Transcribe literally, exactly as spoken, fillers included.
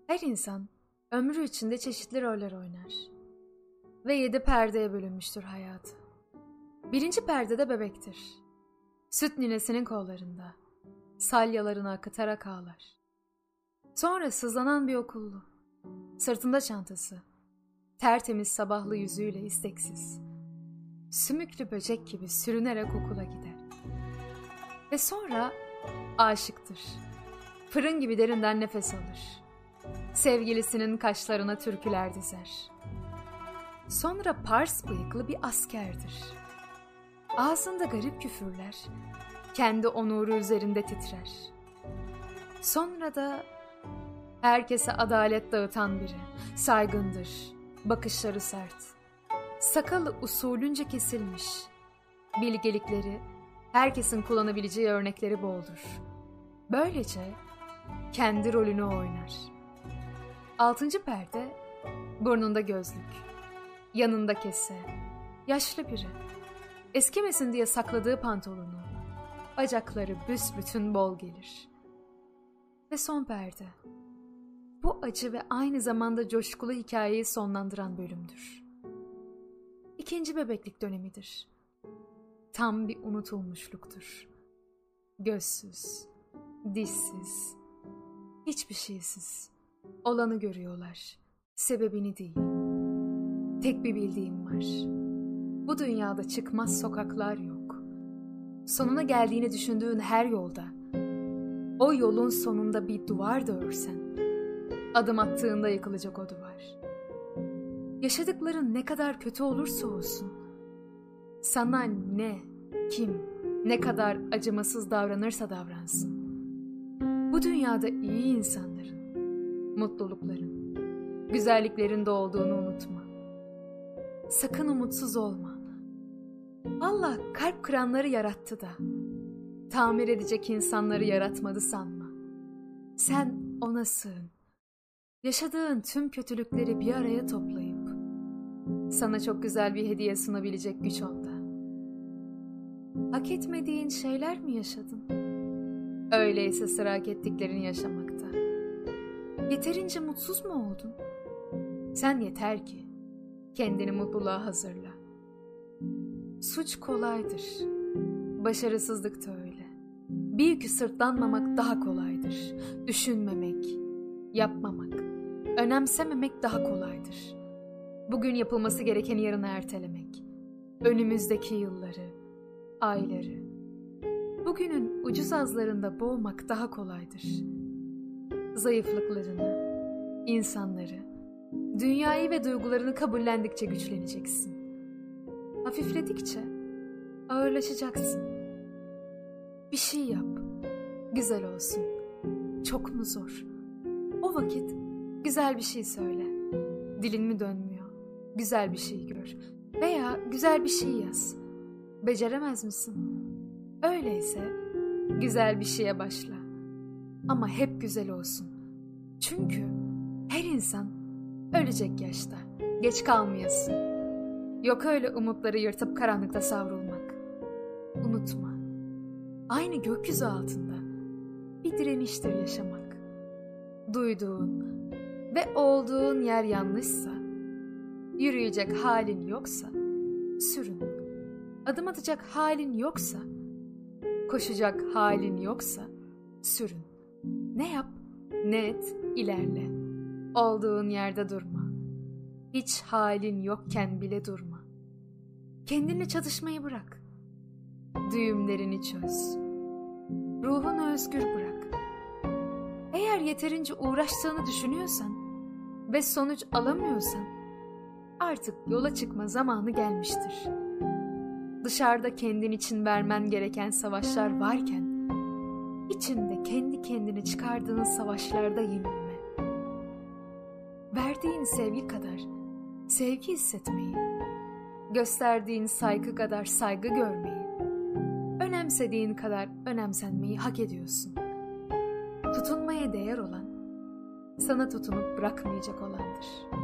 Her insan ömrü içinde çeşitli roller oynar. Ve yedi perdeye bölünmüştür hayatı. Birinci perdede bebektir. Süt ninesinin kollarında. Salyalarını akıtarak ağlar. Sonra sızlanan bir okullu. Sırtında çantası. Tertemiz sabahlı yüzüyle isteksiz. Sümüklü böcek gibi sürünerek okula gider. Ve sonra aşıktır. Fırın gibi derinden nefes alır. Sevgilisinin kaşlarına türküler dizer. Sonra pars bıyıklı bir askerdir. Ağzında garip küfürler, kendi onuru üzerinde titrer. Sonra da herkese adalet dağıtan biri, saygındır, bakışları sert. Sakalı usulünce kesilmiş, bilgelikleri, herkesin kullanabileceği örnekleri boldur. Böylece kendi rolünü oynar. Altıncı perde, burnunda gözlük, yanında kese, yaşlı biri. Eskimesin diye sakladığı pantolonu, bacakları büsbütün bol gelir. Ve son perde, bu acı ve aynı zamanda coşkulu hikayeyi sonlandıran bölümdür. İkinci bebeklik dönemidir. Tam bir unutulmuşluktur. Gözsüz, dişsiz, hiçbir şeysiz. Olanı görüyorlar, sebebini değil. Tek bir bildiğim var. Bu dünyada çıkmaz sokaklar yok. Sonuna geldiğini düşündüğün her yolda, o yolun sonunda bir duvar da örsen, adım attığında yıkılacak o duvar. Yaşadıkların ne kadar kötü olursa olsun, sana ne, kim, ne kadar acımasız davranırsa davransın, bu dünyada iyi insanların, mutlulukların, güzelliklerinde olduğunu unutma. Sakın umutsuz olma. Allah kalp kıranları yarattı da, tamir edecek insanları yaratmadı sanma. Sen ona sığın. Yaşadığın tüm kötülükleri bir araya toplayıp, sana çok güzel bir hediye sunabilecek güç onda. Hak etmediğin şeyler mi yaşadın? Öyleyse sıra hak ettiklerini yaşamakta. Yeterince mutsuz mu oldun? Sen yeter ki kendini mutluluğa hazırla. Suç kolaydır. Başarısızlık da öyle. Bir yükü sırtlanmamak daha kolaydır. Düşünmemek, yapmamak, önemsememek daha kolaydır. Bugün yapılması gerekeni yarına ertelemek. Önümüzdeki yılları, ayları, bugünün ucuz azlarında boğmak daha kolaydır. Zayıflıklarını, insanları, dünyayı ve duygularını kabullendikçe güçleneceksin. Hafifledikçe ağırlaşacaksın. Bir şey yap, güzel olsun. Çok mu zor? O vakit güzel bir şey söyle. Dilin mi dönmüyor? Güzel bir şey gör. Veya güzel bir şey yaz. Beceremez misin? Öyleyse güzel bir şeye başla. Ama hep güzel olsun. Çünkü her insan ölecek yaşta. Geç kalmayasın. Yok öyle umutları yırtıp karanlıkta savrulmak. Unutma. Aynı gökyüzü altında bir direniştir yaşamak. Duyduğun ve olduğun yer yanlışsa, yürüyecek halin yoksa, sürün. Adım atacak halin yoksa, koşacak halin yoksa, sürün. Ne yap, ne et, ilerle. Olduğun yerde durma. Hiç halin yokken bile durma. Kendinle çatışmayı bırak. Düğümlerini çöz. Ruhunu özgür bırak. Eğer yeterince uğraştığını düşünüyorsan ve sonuç alamıyorsan, artık yola çıkma zamanı gelmiştir. Dışarıda kendin için vermen gereken savaşlar varken, içinde kendi kendine çıkardığın savaşlarda yenilme. Verdiğin sevgi kadar sevgi hissetmeyi, gösterdiğin saygı kadar saygı görmeyi, önemsediğin kadar önemsenmeyi hak ediyorsun. Tutunmaya değer olan, sana tutunup bırakmayacak olandır.